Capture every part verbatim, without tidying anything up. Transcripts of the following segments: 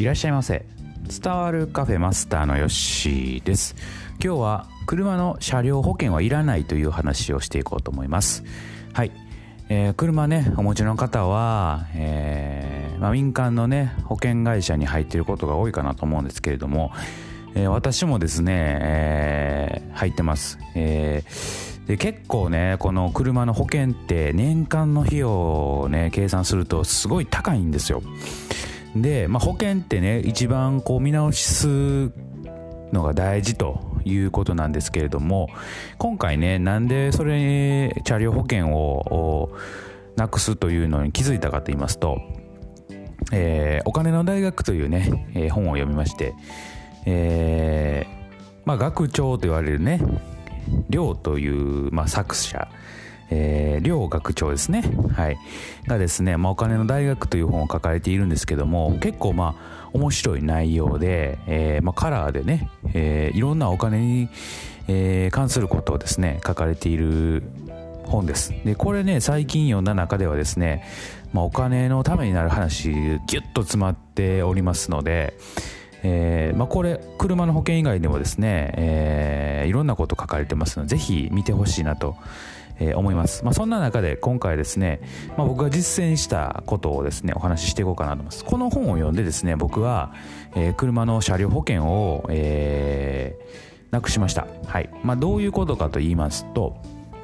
いらっしゃいませ。伝わるカフェマスターのヨッシーです。今日は車の車両保険はいらないという話をしていこうと思います。はい、えー、車ねお持ちの方は、えーまあ、民間のね保険会社に入っていることが多いかなと思うんですけれども、えー、私もですね、えー、入ってます。えーで結構ねこの車の保険って年間の費用をね計算するとすごい高いんですよ。で、まあ、保険ってね一番こう見直すのが大事ということなんですけれども、今回ねなんでそれ車両保険をなくすというのに気づいたかと言いますと、えー、お金の大学というね、えー、本を読みまして、えーまあ、学長と言われるね梁という、まあ、作者、えー、梁学長ですね、はい、がですね、まあ、お金の大学という本を書かれているんですけども、結構まあ面白い内容で、えーまあ、カラーでね、えー、いろんなお金に、えー、関することをですね書かれている本です。でこれね最近読んだ中ではですね、まあ、お金のためになる話ギュッと詰まっておりますので、えーまあ、これ車の保険以外でもですね、えー、いろんなこと書かれてますのでぜひ見てほしいなと、えー、思います。まあ、そんな中で今回ですね、まあ、僕が実践したことをですねお話ししていこうかなと思います。この本を読んでですね僕は、えー、車の車両保険を、えー、なくしました。はい、まあ、どういうことかと言いますと、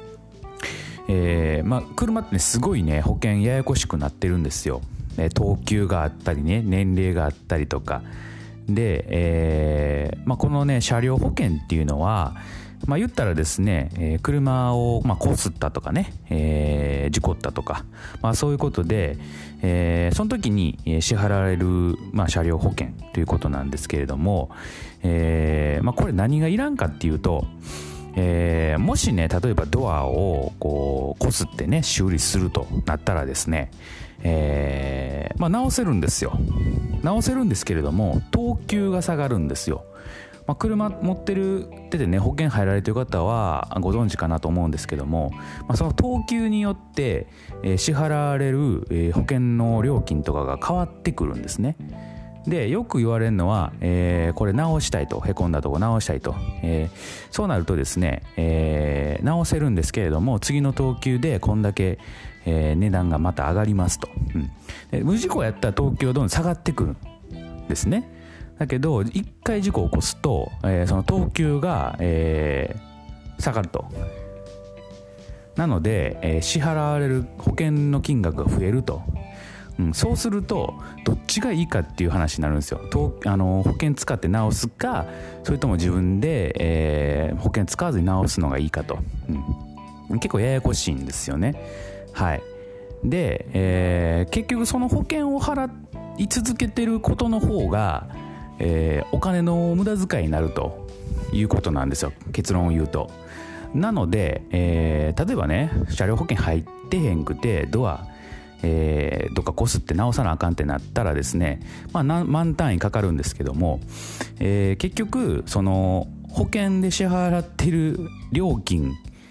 えーまあ、車ってねすごいね保険ややこしくなってるんですよ。等級があったりね年齢があったりとかで、えーまあ、このね車両保険っていうのは、まあ、言ったらですね、えー、車をまあこすったとかね、えー、事故ったとか、まあ、そういうことで、えー、その時に支払われる、まあ、車両保険ということなんですけれども、えーまあ、これ何がいらんかっていうと、えー、もしね例えばドアをこうこすってね修理するとなったらですね、えーまあ、直せるんですよ。直せるんですけれども等級が下がるんですよ。まあ、車持ってる手でね保険入られている方はご存知かなと思うんですけども、まあ、その等級によって、えー、支払われる、えー、保険の料金とかが変わってくるんですね。でよく言われるのは、えー、これ直したいと、へこんだとこ直したいと、えー、そうなるとですね、えー、直せるんですけれども次の等級でこんだけ、えー、値段がまた上がりますと、うん、で無事故やったら等級はどんどん下がってくるんですね。だけどいっかい事故を起こすと、えー、その等級が、えー、下がると。なので、えー、支払われる保険の金額が増えると。うん、そうするとどっちがいいかっていう話になるんですよ。とあの保険使って直すかそれとも自分で、えー、保険使わずに直すのがいいかと、うん、結構ややこしいんですよね。はい、で、えー、結局その保険を払い続けてることの方が、えー、お金の無駄遣いになるということなんですよ、結論を言うと。なので、えー、例えばね車両保険入ってへんくてドアえー、どっかこすって直さなあかんってなったらですね、まあ、万単位かかるんですけども、えー、結局その保険で支払っている料金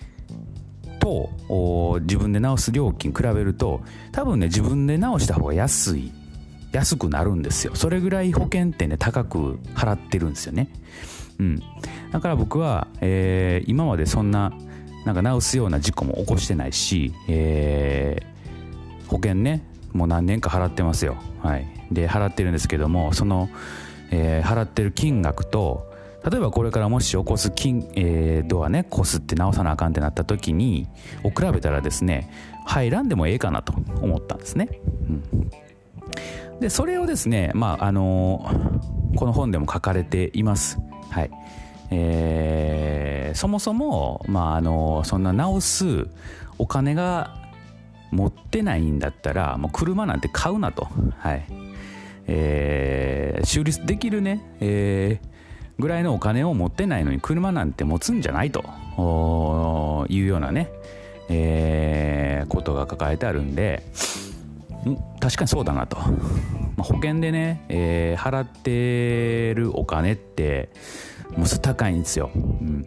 と自分で直す料金比べると多分ね自分で直した方が安い安くなるんですよ。それぐらい保険ってね高く払ってるんですよね。うん、だから僕は、えー、今までそんななんか直すような事故も起こしてないし、えー保険ねもう何年か払ってますよ。はい、で払ってるんですけどもその、えー、払ってる金額と例えばこれからもし起こす金、えー、ドアねこすって直さなあかんってなった時にを比べたらですね入らんでもええかなと思ったんですね。うん、でそれをですね、まああのー、この本でも書かれています。はい、えー、そもそも、まああのー、そんな直すお金が持ってないんだったらもう車なんて買うなと、はいえー、修理できるね、えー、ぐらいのお金を持ってないのに車なんて持つんじゃないというようなね、えー、ことが書かれてあるんでん確かにそうだなと、まあ、保険でね、えー、払ってるお金ってものすごい高いんですよ。うん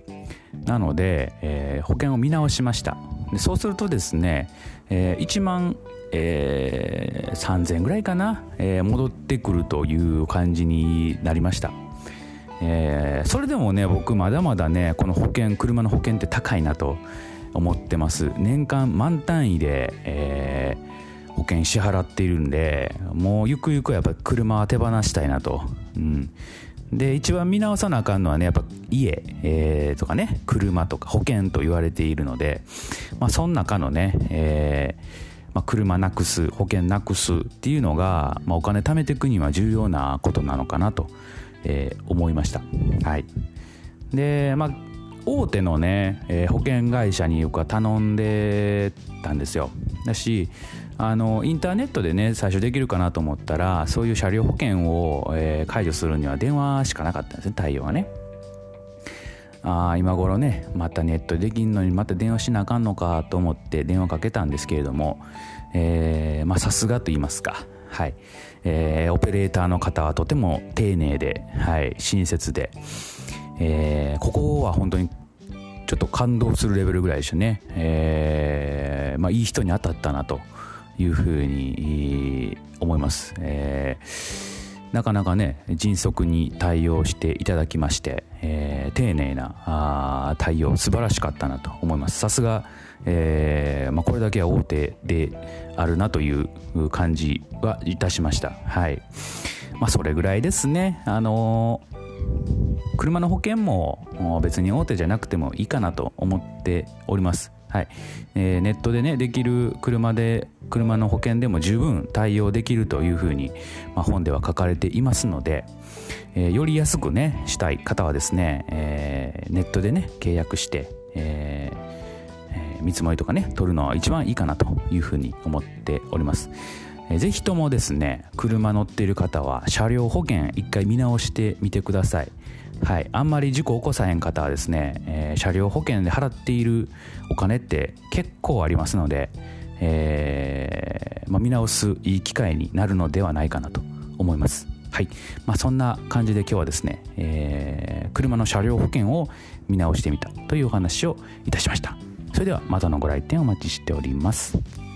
なので、えー、保険を見直しました。でそうするとですね、えー、いちまん、えー、さんぜんえんぐらいかな、えー、戻ってくるという感じになりました。えー、それでもね僕まだまだねこの保険車の保険って高いなと思ってます。年間万単位で、えー、保険支払っているんで、もうゆくゆくはやっぱり車は手放したいなと、うん、で一番見直さなあかんのはねやっぱ家、えー、とかね車とか保険と言われているので、まあ、その中のね、えーまあ、車なくす保険なくすっていうのが、まあ、お金貯めていくには重要なことなのかなと、えー、思いました。はい。でまあ大手のね、えー、保険会社に僕は頼んでたんですよ。だしあのインターネットでね最初できるかなと思ったら、そういう車両保険を、えー、解除するには電話しかなかったんですね、対応がね。あ今頃ねまたネットでできんのにまた電話しなあかんのかと思って電話かけたんですけれども、えー、まあさすがと言いますか、はい、えー、オペレーターの方はとても丁寧で、はい、親切で、えー、ここは本当にちょっと感動するレベルぐらいでしたね。えーまあ、いい人に当たったなというふうに思います。えー、なかなかね迅速に対応していただきまして、えー、丁寧なあ対応素晴らしかったなと思います。さすが、えーまあ、これだけは大手であるなという感じはいたしました。はい。まあ、それぐらいですね。あのー車の保険も別に大手じゃなくてもいいかなと思っております。はい。えー、ネットでねできる車で車の保険でも十分対応できるというふうに、まあ、本では書かれていますので、えー、より安くねしたい方はですね、えー、ネットでね契約して、えーえー、見積もりとかね取るのは一番いいかなというふうに思っております。えー、ぜひともですね車乗っている方は車両保険一回見直してみてください。はい、あんまり事故起こさへん方はですね、えー、車両保険で払っているお金って結構ありますので、えーまあ、見直すいい機会になるのではないかなと思います。はい。まあ、そんな感じで今日はですね、えー、車の車両保険を見直してみたというお話をいたしました。それではまたのご来店お待ちしております。